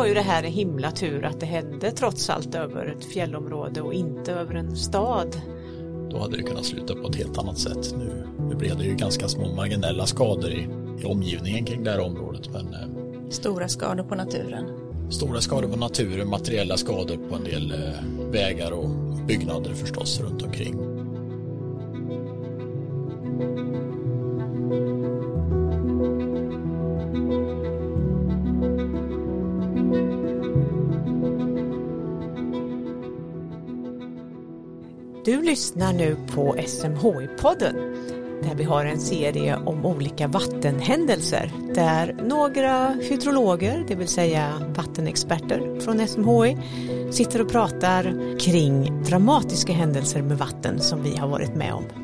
var ju det här en himla tur att det hände trots allt över ett fjällområde och inte över en stad. Då hade det kunnat sluta på ett helt annat sätt. Nu blev det ju ganska små marginella skador i omgivningen kring det här området. Men stora skador på naturen. Stora skador på naturen, materiella skador på en del vägar och byggnader förstås runt omkring. Du lyssnar nu på SMHI-podden där vi har en serie om olika vattenhändelser där några hydrologer, det vill säga vattenexperter från SMHI, sitter och pratar kring dramatiska händelser med vatten som vi har varit med om.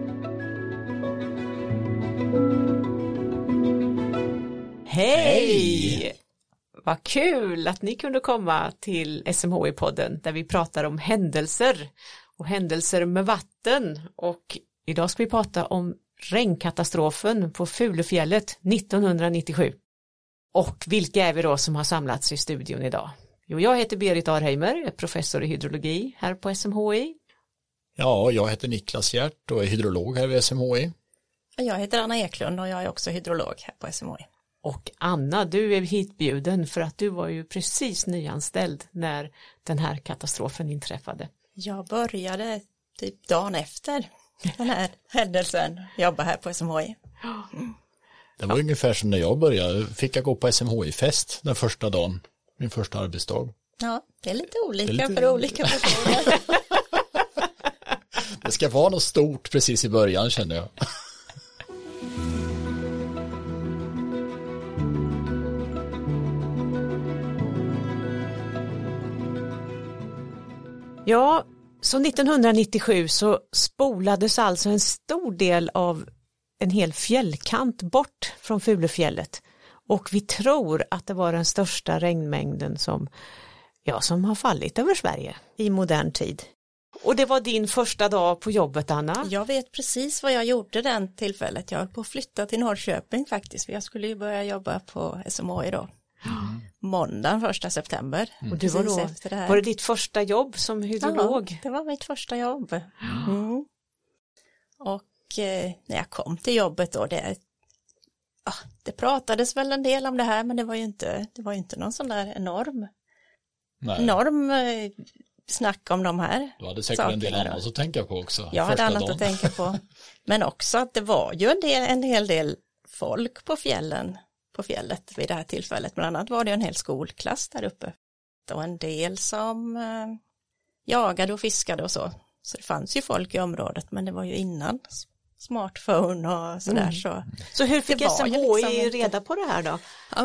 Hej! Vad kul att ni kunde komma till SMHI-podden där vi pratar om händelser och händelser med vatten, och idag ska vi prata om regnkatastrofen på Fulufjället 1997. Och vilka är vi då som har samlats i studion idag? Jo, jag heter Berit Arheimer, jag är professor i hydrologi här på SMHI. Ja, jag heter Niklas Hjärt och är hydrolog här vid SMHI. Jag heter Anna Eklund och jag är också hydrolog här på SMHI. Och Anna, du är hitbjuden för att du var ju precis nyanställd när den här katastrofen inträffade. Jag började typ dagen efter den här händelsen jobba här på SMHI. Det var ungefär som när jag började. Fick jag gå på SMHI-fest den första dagen, min första arbetsdag. Ja, det är lite olika för olika personer. Det ska vara något stort precis i början, känner jag. Ja, så 1997 så spolades alltså en stor del av en hel fjällkant bort från Fulufjället, och vi tror att det var den största regnmängden som har fallit över Sverige i modern tid. Och det var din första dag på jobbet, Anna? Jag vet precis vad jag gjorde den tillfället. Jag höll på att flytta till Norrköping faktiskt. Jag skulle ju börja jobba på SMHI då. Måndagen 1 september. Och du var det ditt första jobb som hydrolog? Ja, det var mitt första jobb. Mm. Och när jag kom till jobbet då, det pratades väl en del om det här, men det var ju inte någon sån där enorm snack om de här. Du hade säkert en del annat att tänka på också. Jag hade annat att tänka på. Men också att det var ju en hel del folk på fjället vid det här tillfället. Bland annat var det en hel skolklass där uppe. Och en del som jagade och fiskade och så. Så det fanns ju folk i området, men det var ju innan smartphone och sådär. Så hur fick SMHI reda på det här då? Ja,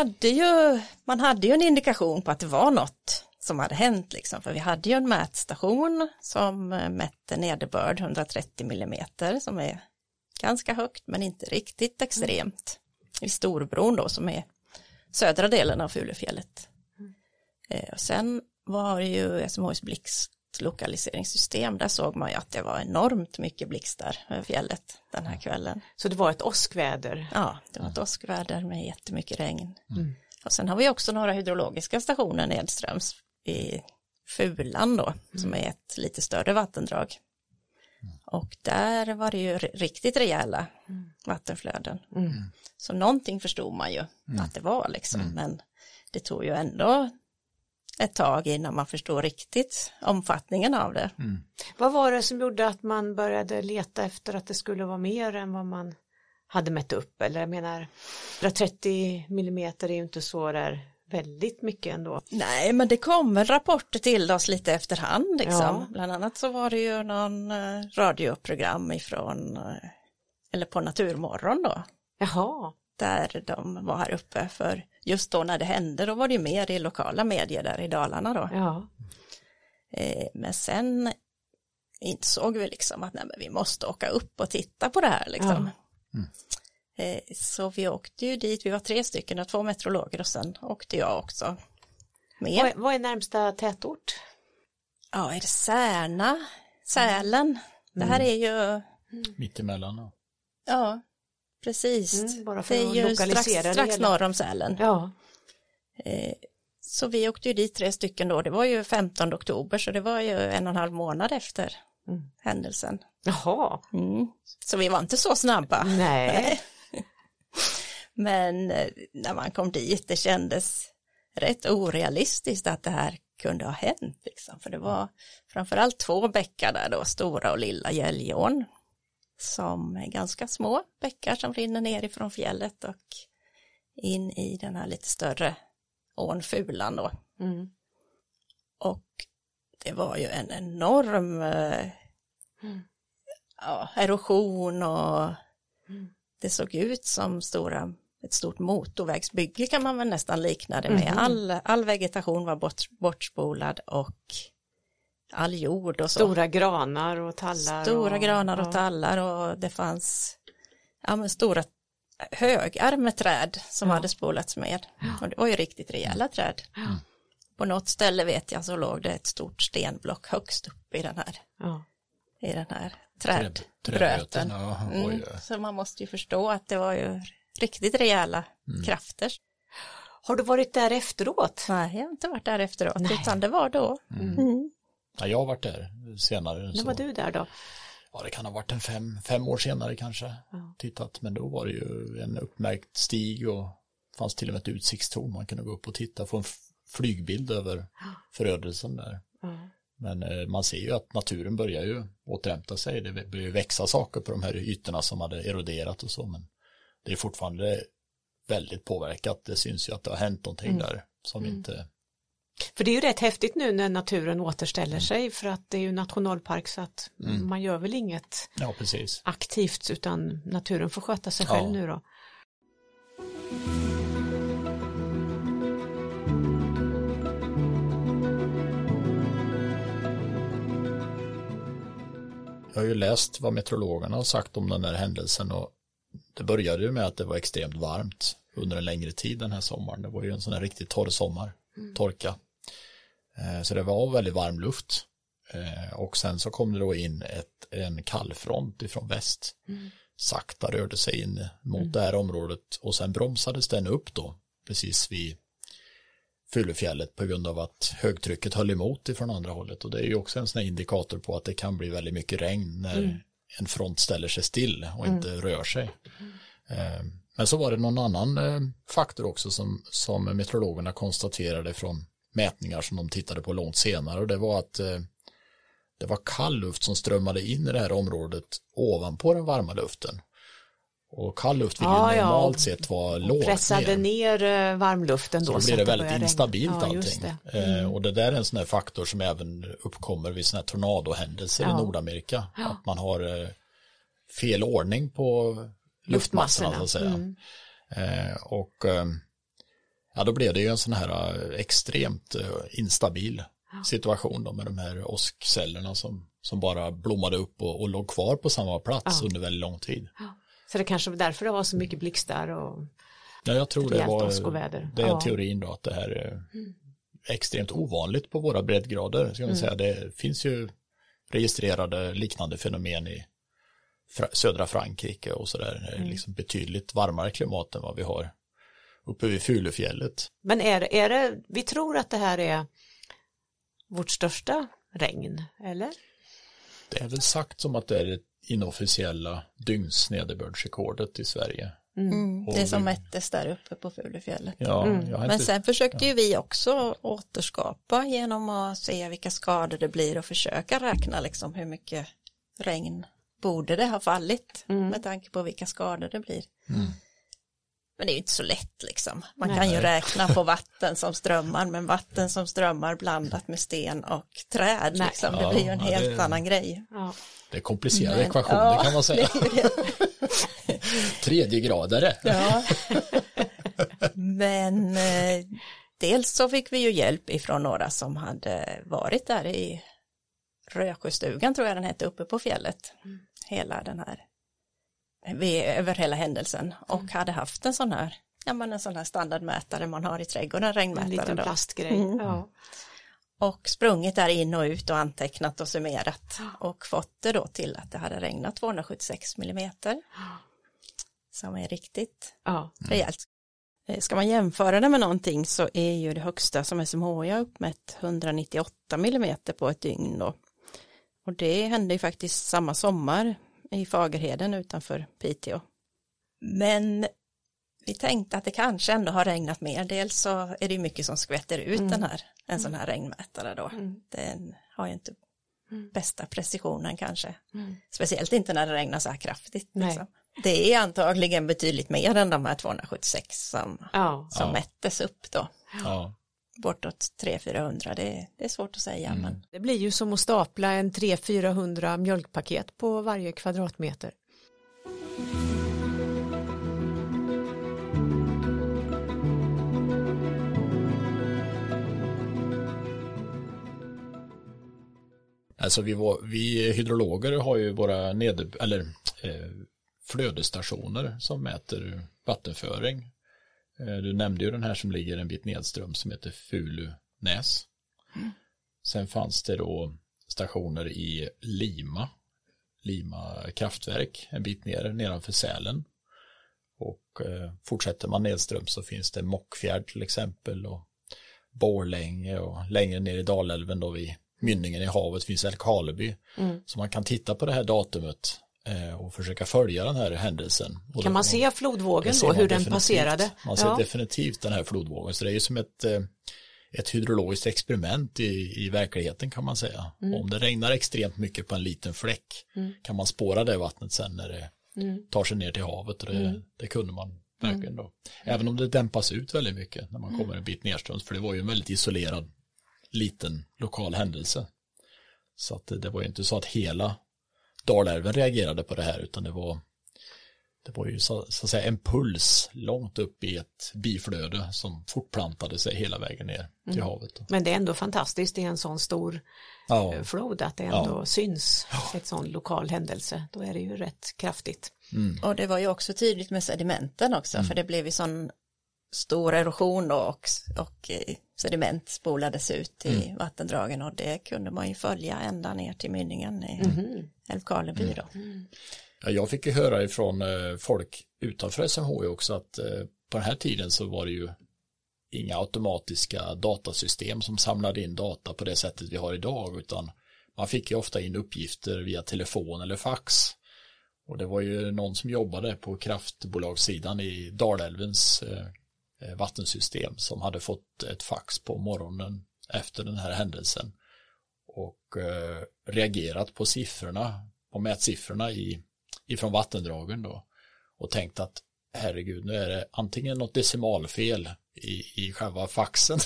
man hade ju en indikation på att det var något som hade hänt liksom. För vi hade ju en mätstation som mätte nederbörd 130 millimeter, som är ganska högt men inte riktigt extremt. I Storbron då, som är södra delen av Fulufjället. Och sen var det ju SMHIs blixtlokaliseringssystem. Där såg man ju att det var enormt mycket blixtar över fjället den här kvällen. Så det var ett åskväder? Ja, det var ett åskväder med jättemycket regn. Och sen har vi också några hydrologiska stationer nedströms i Fulan då, som är ett lite större vattendrag. Och där var det ju riktigt rejäla vattenflöden. Så någonting förstod man ju att det var liksom. Men det tog ju ändå ett tag innan man förstod riktigt omfattningen av det. Vad var det som gjorde att man började leta efter att det skulle vara mer än vad man hade mätt upp? Eller jag menar, 130 millimeter är ju inte så där väldigt mycket ändå. Nej, men det kom väl rapporter till oss lite efterhand liksom. Ja. Bland annat så var det ju någon radioprogram på Naturmorgon då. Jaha. Där de var här uppe, för just då när det hände, då var det ju mer i lokala medier där i Dalarna då. Ja. Men sen insåg vi liksom att vi måste åka upp och titta på det här liksom. Ja. Så vi åkte ju dit, vi var 3 stycken och 2 meteorologer, och sen åkte jag också med. Vad är närmsta tätort? Ja, är det Sälen? Det här är ju mittemellan. Ja, precis. Bara för det är ju lokalisera strax norr om Sälen. Ja. Så vi åkte ju dit 3 stycken då, det var ju 15 oktober så det var ju 1,5 månad efter händelsen. Jaha. Så vi var inte så snabba. Nej. Men när man kom dit, det kändes rätt orealistiskt att det här kunde ha hänt. Liksom. För det var framförallt 2 bäckar där då, Stora och Lilla Gälljån. Som är ganska små bäckar som rinner ner ifrån fjället och in i den här lite större ån Fulan då. Och det var ju en enorm erosion och det såg ut som ett stort motorvägsbygge kan man väl nästan likna det med. All vegetation var bortspolad och all jord och så. Stora granar och tallar. Stora granar och tallar och det fanns stora högar med träd som hade spolats med. Och det var ju riktigt rejäla träd. På något ställe vet jag så låg det ett stort stenblock högst upp i den här trädbröten. Så man måste ju förstå att det var ju riktigt rejäla krafter. Har du varit där efteråt? Nej, jag har inte varit där efteråt utan det var då. Ja, jag har varit där senare. När var du där då? Ja, det kan ha varit 5 år senare kanske. Tittat, men då var det ju en uppmärkt stig och fanns till och med ett utsiktstorn. Man kunde gå upp och titta, få en flygbild över förödelsen där. Men man ser ju att naturen börjar ju återhämta sig. Det börjar växa saker på de här ytorna som hade eroderat och så. Men det är fortfarande väldigt påverkat. Det syns ju att det har hänt någonting där som inte... För det är ju rätt häftigt nu när naturen återställer sig för att det är ju nationalpark så att man gör väl inget aktivt utan naturen får sköta sig själv nu då. Jag har ju läst vad meteorologerna har sagt om den här händelsen och det började ju med att det var extremt varmt under en längre tid den här sommaren. Det var ju en sån här riktigt torr sommar, torka. Så det var väldigt varm luft och sen så kom det då in en kallfront ifrån väst. Sakta rörde sig in mot det här området och sen bromsades den upp då precis vid Fulufjället på grund av att högtrycket höll emot ifrån andra hållet och det är ju också en sån här indikator på att det kan bli väldigt mycket regn när en front ställer sig still och inte rör sig. Men så var det någon annan faktor också som meteorologerna konstaterade från mätningar som de tittade på långt senare och det var att det var kall luft som strömmade in i det här området ovanpå den varma luften. Och kall luft vill ju normalt sett vara lågt pressade ner varmluften då. Så blir det väldigt instabilt allting. Och det där är en sån här faktor som även uppkommer vid såna här tornadohändelser i Nordamerika. Att man har fel ordning på luftmassorna så att säga. Och då blev det ju en sån här extremt instabil situation då med de här åskcellerna som bara blommade upp och låg kvar på samma plats under väldigt lång tid. Så det kanske var därför det var så mycket blixtar och jag tror det var åskoväder. Det är teorin då att det här är extremt ovanligt på våra breddgrader. Ska man säga. Det finns ju registrerade liknande fenomen i södra Frankrike och sådär. Liksom betydligt varmare klimat än vad vi har uppe vid Fulufjället. Men är det, vi tror att det här är vårt största regn, eller? Det är väl sagt som att det är det inofficiella dygnsnederbördsrekordet i Sverige. Det som mättes där uppe på Fulufjället. Men sen försökte ju vi också återskapa genom att se vilka skador det blir och försöka räkna liksom hur mycket regn borde det ha fallit med tanke på vilka skador det blir. Men det är ju inte så lätt liksom. Man kan ju räkna på vatten som strömmar, men vatten som strömmar blandat med sten och träd liksom. Det blir ju en helt annan grej. Det är komplicerade ekvationer kan man säga. 3D-gradare. Ja. Men dels så fick vi ju hjälp ifrån några som hade varit där i Rösjöstugan tror jag den hette uppe på fjället. Hela den här över hela händelsen och hade haft en sån här en sån här standardmätare man har i trädgården, regnmätare. En liten plastgrej. Och sprungit där in och ut och antecknat och summerat och fått det då till att det hade regnat 276 millimeter som är riktigt rejält. Ska man jämföra det med någonting så är ju det högsta som SMHI har uppmätt 198 millimeter på ett dygn då. Och det hände ju faktiskt samma sommar i Fagerheden utanför Piteå. Men vi tänkte att det kanske ändå har regnat mer. Dels så är det ju mycket som skvätter ut en sån här regnmätare då. Den har ju inte bästa precisionen kanske. Speciellt inte när det regnar så här kraftigt. Liksom. Det är antagligen betydligt mer än de här 276 som mättes upp då. Ja. Bortåt 300-400, det är svårt att säga. Men... Det blir ju som att stapla en 300-400 mjölkpaket på varje kvadratmeter. Alltså vi hydrologer har ju våra flödestationer som mäter vattenföring. Du nämnde ju den här som ligger en bit nedström som heter Fulunäs. Sen fanns det då stationer i Lima kraftverk en bit nedanför Sälen. Och fortsätter man nedström så finns det Mockfjärd till exempel och Borlänge och längre ner i Dalälven då vid mynningen i havet finns Älvkarleby. Så man kan titta på det här datumet och försöka följa den här händelsen. Och kan man se flodvågen då, hur den passerade? Man ser definitivt den här flodvågen. Så det är ju som ett hydrologiskt experiment i verkligheten kan man säga. Om det regnar extremt mycket på en liten fläck kan man spåra det vattnet sen när det tar sig ner till havet. Och det kunde man verkligen då. Även om det dämpas ut väldigt mycket när man kommer en bit nedströms. För det var ju en väldigt isolerad liten lokal händelse. Så att det var ju inte så att hela Dalälven reagerade på det här utan det var ju så att säga en puls långt upp i ett biflöde som fortplantade sig hela vägen ner till havet. Men det är ändå fantastiskt i en sån stor flod att det ändå syns ett sån lokal händelse. Då är det ju rätt kraftigt. Och det var ju också tydligt med sedimenten också för det blev ju sån stor erosion då och sediment spolades ut i vattendragen och det kunde man ju följa ända ner till mynningen i Älvkarleby då. Ja, jag fick ju höra ifrån folk utanför SMHI också att på den här tiden så var det ju inga automatiska datasystem som samlade in data på det sättet vi har idag utan man fick ju ofta in uppgifter via telefon eller fax. Och det var ju någon som jobbade på kraftbolagssidan i Dalälvens vattensystem som hade fått ett fax på morgonen efter den här händelsen och reagerat på mätsiffrorna ifrån vattendragen då och tänkt att herregud nu är det antingen något decimalfel i själva faxen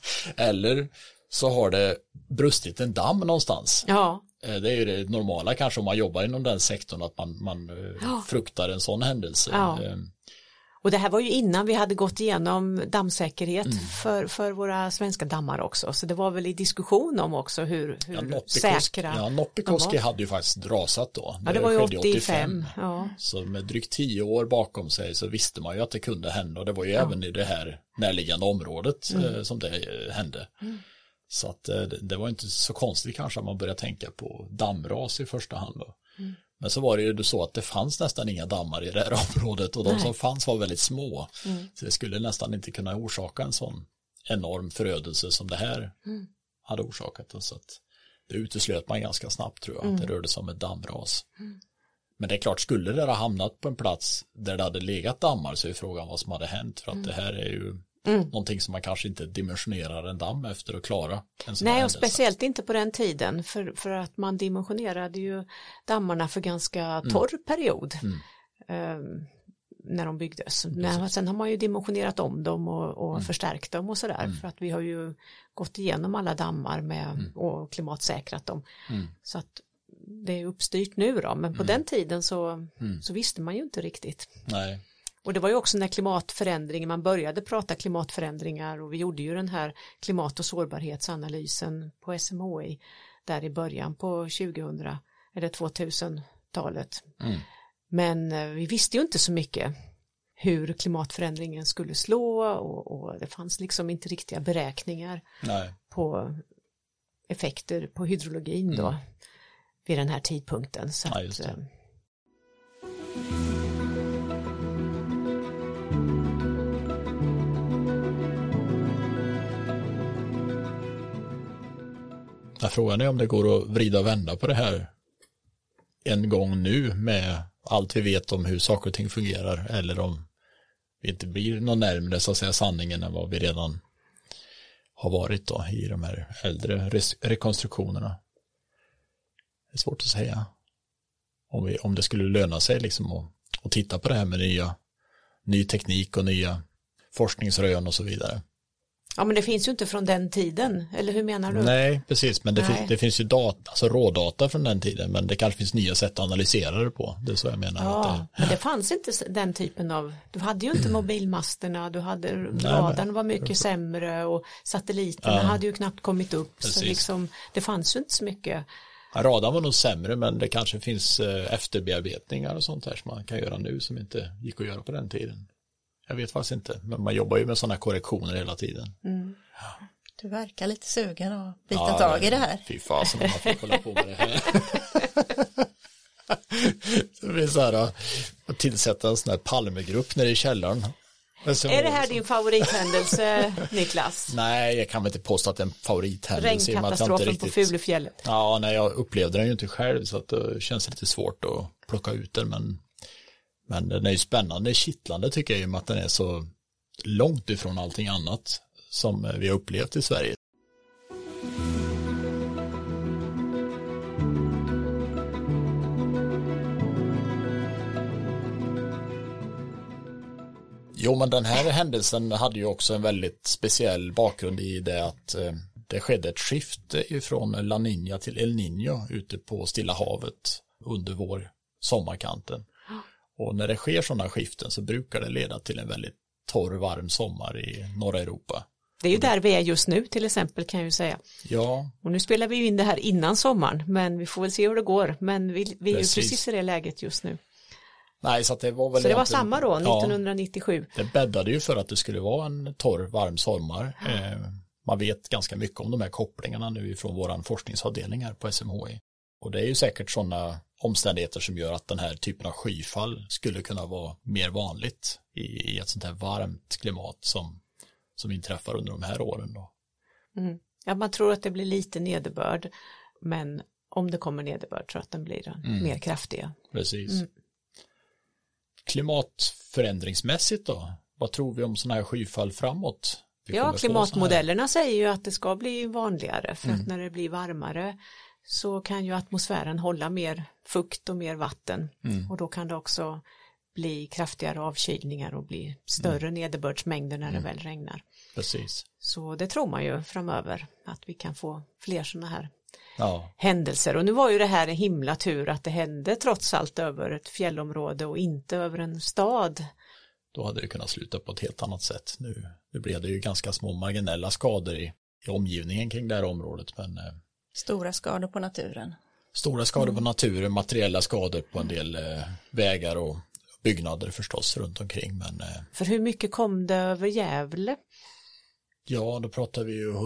eller så har det brustit en damm någonstans. Ja. Det är ju det normala kanske om man jobbar inom den sektorn att man fruktar en sån händelse. Ja. Och det här var ju innan vi hade gått igenom dammsäkerhet för våra svenska dammar också. Så det var väl i diskussion om också hur säkra Ja, Noppikoski hade ju faktiskt rasat då. Ja, det var ju 85. Ja. Så med drygt 10 år bakom sig så visste man ju att det kunde hända. Och det var ju även i det här närliggande området som det hände. Så att det var inte så konstigt kanske att man började tänka på dammras i första hand då. Men så var det ju så att det fanns nästan inga dammar i det här området och de som fanns var väldigt små. Så det skulle nästan inte kunna orsaka en sån enorm förödelse som det här hade orsakat. Så att det uteslöt man ganska snabbt tror jag, att det rörde sig om ett dammras. Men det är klart, skulle det ha hamnat på en plats där det hade legat dammar så är frågan vad som hade hänt. För att det här är ju någonting som man kanske inte dimensionerar en damm efter att klara. Nej, och speciellt inte på den tiden för att man dimensionerade ju dammarna för ganska torr period när de byggdes. Sen har man ju dimensionerat om dem och förstärkt dem och sådär för att vi har ju gått igenom alla dammar och klimatsäkrat dem. Så att det är uppstyrt nu då, men på den tiden så visste man ju inte riktigt. Nej. Och det var ju också när klimatförändringen, man började prata klimatförändringar och vi gjorde ju den här klimat- och sårbarhetsanalysen på SMHI där i början på 2000-talet. Men vi visste ju inte så mycket hur klimatförändringen skulle slå och det fanns liksom inte riktiga beräkningar på effekter på hydrologin då vid den här tidpunkten. Så att, Frågan är om det går att vrida och vända på det här en gång nu med allt vi vet om hur saker och ting fungerar, eller om vi inte blir någon närmare så att säga sanningen än vad vi redan har varit då i de här äldre rekonstruktionerna. Det är svårt att säga om det skulle löna sig liksom att titta på det här med ny teknik och nya forskningsrön och så vidare. Ja, men det finns ju inte från den tiden, eller hur menar du? Nej, precis, men det finns ju rådata från den tiden, men det kanske finns nya sätt att analysera det på. Det är så jag menar. Ja, men det fanns inte den typen av, du hade ju inte mobilmasterna, radarn var mycket sämre och satelliterna hade ju knappt kommit upp. Precis. Så liksom, det fanns ju inte så mycket. Ja, radarn var nog sämre, men det kanske finns efterbearbetningar och sånt här som man kan göra nu som inte gick att göra på den tiden. Jag vet faktiskt inte, men man jobbar ju med sådana korrektioner hela tiden. Mm. Du verkar lite sugen att bita tag i det här. Fy fasen, man får kolla på med det här. Det blir så här att tillsätta en sån här Palmegrupp nere i källaren. Är det här din favorithändelse, Niklas? Nej, jag kan väl inte påstå att det är en favorithändelse. Regnkatastrofen på Fulufjället. Ja, nej, jag upplevde den ju inte själv, så att det känns lite svårt att plocka ut den, men den är ju spännande, kittlande tycker jag, med att den är så långt ifrån allting annat som vi har upplevt i Sverige. Jo, men den här händelsen hade ju också en väldigt speciell bakgrund i det att det skedde ett skifte ifrån La Niña till El Niño ute på Stilla havet under sommarkanten. Och när det sker sådana skiften så brukar det leda till en väldigt torr, varm sommar i norra Europa. Det är ju där vi är just nu till exempel, kan jag ju säga. Ja. Och nu spelar vi ju in det här innan sommaren, men vi får väl se hur det går. Men vi är ju precis i det läget just nu. Nej, så det var väl så det var samma då, 1997. Ja, det bäddade ju för att det skulle vara en torr, varm sommar. Man vet ganska mycket om de här kopplingarna nu från våran forskningsavdelning här på SMHI. Och det är ju säkert sådana omständigheter som gör att den här typen av skyfall skulle kunna vara mer vanligt i ett sånt här varmt klimat som inträffar under de här åren då. Mm. Ja, man tror att det blir lite nederbörd, men om det kommer nederbörd tror jag att den blir mer kraftiga. Precis. Klimatförändringsmässigt då? Vad tror vi om sådana här skyfall framåt? Ja, klimatmodellerna säger ju att det ska bli vanligare, för att när det blir varmare så kan ju atmosfären hålla mer fukt och mer vatten, och då kan det också bli kraftigare avkylningar och bli större nederbördsmängder när det väl regnar. Precis. Så det tror man ju framöver, att vi kan få fler sådana här händelser. Och nu var ju det här en himla tur att det hände trots allt över ett fjällområde och inte över en stad. Då hade det kunnat sluta på ett helt annat sätt. Nu blev det ju ganska små marginella skador i omgivningen kring det här området. Men stora skador på naturen. Stora skador på naturen, materiella skador på en del vägar och byggnader förstås runt omkring. Men, för hur mycket kom det över Gävle? Ja, då pratar vi ju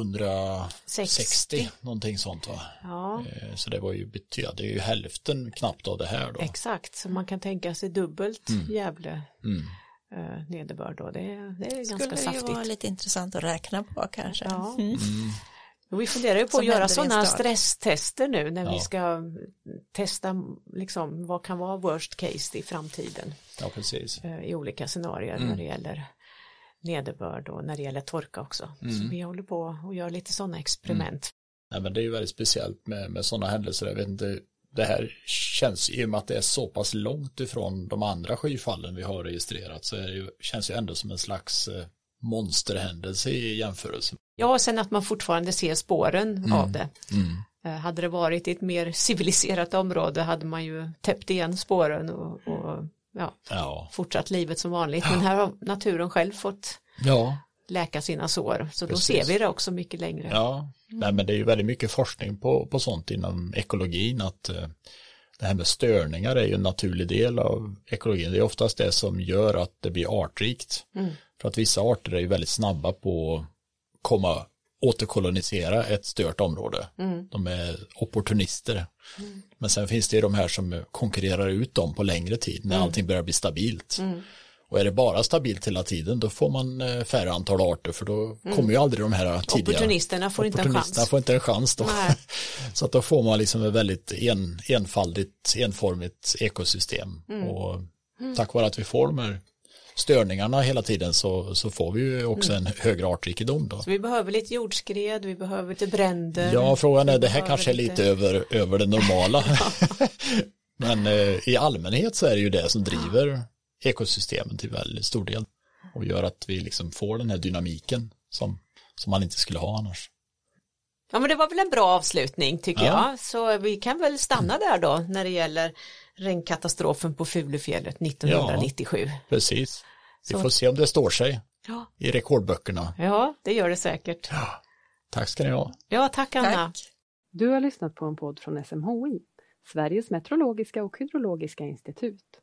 160, någonting sånt va? Ja. Så det var ju det är ju hälften knappt av det här då. Exakt, så man kan tänka sig dubbelt Gävle nederbörd då. Det är ganska saftigt. Skulle ju vara lite intressant att räkna på kanske. Ja. Och vi funderar ju på att göra sådana stresstester nu när vi ska testa liksom, vad kan vara worst case i framtiden. Ja, precis. I olika scenarier när det gäller nederbörd och när det gäller torka också. Så vi håller på och gör lite sådana experiment. Nej, men det är ju väldigt speciellt med sådana händelser. Jag vet inte, det här känns i och med att det är så pass långt ifrån de andra skyfallen vi har registrerat, så känns det ju ändå som en slags monsterhändelse i jämförelse. Ja, och sen att man fortfarande ser spåren av det. Hade det varit ett mer civiliserat område hade man ju täppt igen spåren och fortsatt livet som vanligt. Men här har naturen själv fått läka sina sår. Så då ser vi det också mycket längre. Ja, nej, men det är ju väldigt mycket forskning på sånt inom ekologin, att det här med störningar är ju en naturlig del av ekologin. Det är oftast det som gör att det blir artrikt. För att vissa arter är ju väldigt snabba på att återkolonisera ett stört område. De är opportunister. Men sen finns det ju de här som konkurrerar ut dem på längre tid när allting börjar bli stabilt. Och är det bara stabilt hela tiden då får man färre antal arter för då kommer ju aldrig de här tidiga opportunisterna får inte en chans då. Så att då får man liksom ett väldigt enformigt ekosystem och tack vare att vi får de här störningarna hela tiden så får vi ju också en högre artrikedom då. Så vi behöver lite jordskred, vi behöver lite bränder. Ja, frågan är, det här kanske är lite över det normala. Men i allmänhet så är det ju det som driver ekosystemen till väldigt stor del och gör att vi liksom får den här dynamiken som man inte skulle ha annars. Ja, men det var väl en bra avslutning tycker jag. Så vi kan väl stanna där då när det gäller regnkatastrofen på Fulufjället 1997. Ja, precis. Vi får se om det står sig i rekordböckerna. Ja, det gör det säkert. Ja. Tack ska ni ha. Ja, tack Anna. Tack. Du har lyssnat på en podd från SMHI, Sveriges meteorologiska och hydrologiska institut.